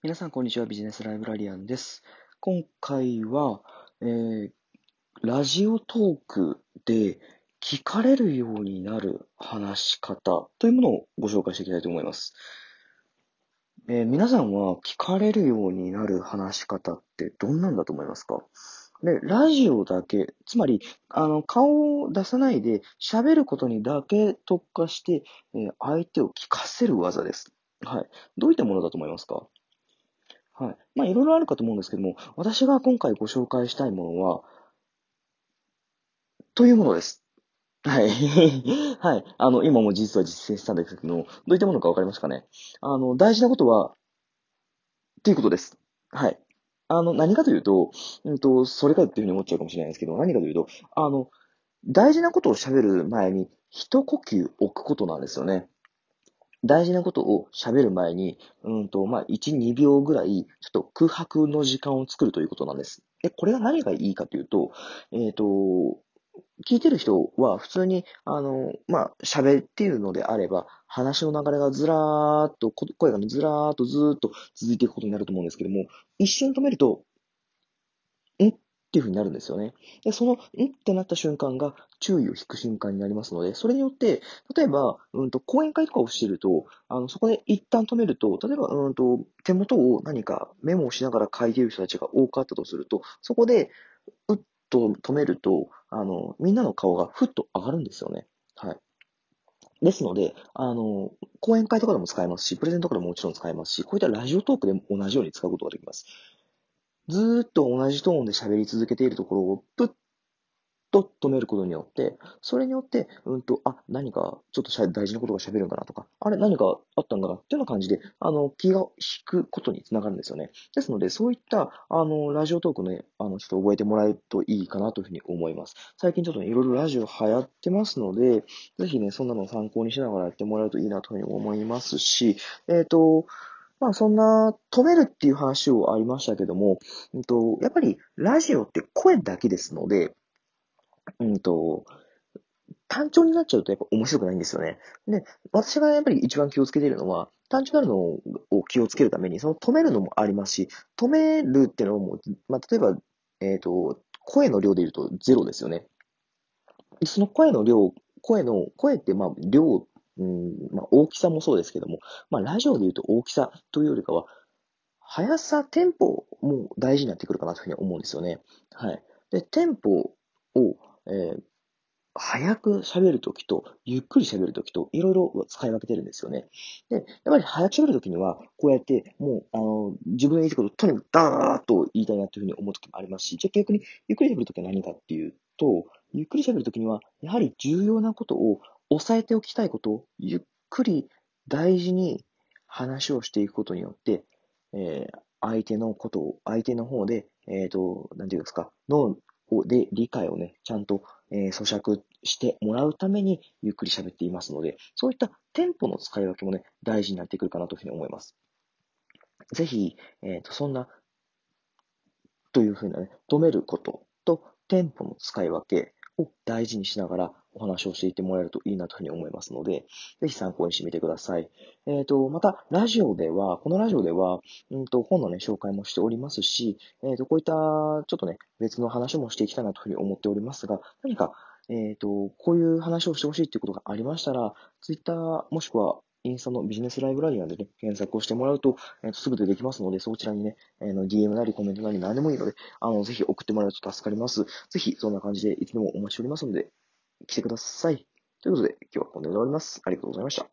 皆さん、こんにちは。ビジネスライブラリアンです。今回は、ラジオトークで聞かれるようになる話し方というものをご紹介していきたいと思います。皆さんは聞かれるようになる話し方ってどんなんだと思いますか？で、ラジオだけ、つまり、顔を出さないで喋ることにだけ特化して、相手を聞かせる技です。はい。どういったものだと思いますか？はい。いろいろあるかと思うんですけども、私が今回ご紹介したいものは、というものです。はい。はい。今も実は実践したんですけども、どういったものかわかりますかね？大事なことは、ということです。はい。何かというと、それかっていうふうに思っちゃうかもしれないですけど、何かというと、大事なことを喋る前に、一呼吸置くことなんですよね。大事なことを喋る前に、1、2秒ぐらい、ちょっと空白の時間を作るということなんです。で、これが何がいいかというと、聞いてる人は普通に、喋っているのであれば、話の流れがずらーっと、声がねずらーっとずーっと続いていくことになると思うんですけども、一瞬止めると、っていう風になるんですよね。で、その、ってなった瞬間が注意を引く瞬間になりますので、それによって、例えば、講演会とかをしていると、そこで一旦止めると、例えば、手元を何かメモをしながら書いている人たちが多かったとすると、そこで、うっと止めると、みんなの顔がふっと上がるんですよね。はい。ですので、講演会とかでも使えますし、プレゼントとかでももちろん使えますし、こういったラジオトークでも同じように使うことができます。ずーっと同じトーンで喋り続けているところをプッと止めることによって、それによって、何かちょっと大事なことが喋るんかなとか、あれ何かあったんかなっていうような感じで、気が引くことにつながるんですよね。ですので、そういった、ラジオトークね、ちょっと覚えてもらえるといいかなというふうに思います。最近ちょっとね、いろいろラジオ流行ってますので、ぜひね、そんなのを参考にしながらやってもらうといいなというふうに思いますし、そんな、止めるっていう話をありましたけども、やっぱりラジオって声だけですので、うんと、単調になっちゃうとやっぱ面白くないんですよね。で、私がやっぱり一番気をつけているのは、単調になるのを気をつけるために、その止めるのもありますし、止めるっていうのも、例えば、声の量で言うとゼロですよね。でその声の量、声って量、大きさもそうですけども、ラジオで言うと大きさというよりかは、速さ、テンポも大事になってくるかなというふうに思うんですよね。はい。で、テンポを、えー早く喋るときと、ゆっくり喋るときと、いろいろ使い分けてるんですよね。で、やっぱり早く喋るときには、こうやって、もう、自分の言いたいことをとにかくダーッと言いたいなというふうに思うときもありますし、じゃあ逆に、ゆっくり喋るときは何かっていうと、ゆっくり喋るときには、やはり重要なことを抑えておきたいことを、ゆっくり大事に話をしていくことによって、相手の方で、なんていうんですか、で理解をね、ちゃんと咀嚼してもらうためにゆっくり喋っていますので、そういったテンポの使い分けもね、大事になってくるかなというふうに思います。ぜひ、そんな、というふうなね、止めることとテンポの使い分けを大事にしながらお話をしていってもらえるといいなというふうに思いますので、ぜひ参考にしてみてください。また、このラジオでは、本のね、紹介もしておりますし、こういった、ちょっとね、別の話もしていきたいなというふうに思っておりますが、何か、こういう話をしてほしいということがありましたら、Twitter もしくはインスタのビジネスライブラリアンでね、検索をしてもらうと、すぐ出てきますので、そちらにね、DM なりコメントなり何でもいいので、ぜひ送ってもらえると助かります。ぜひ、そんな感じでいつでもお待ちしておりますので、来てください。ということで、今日はこんなで終わります。ありがとうございました。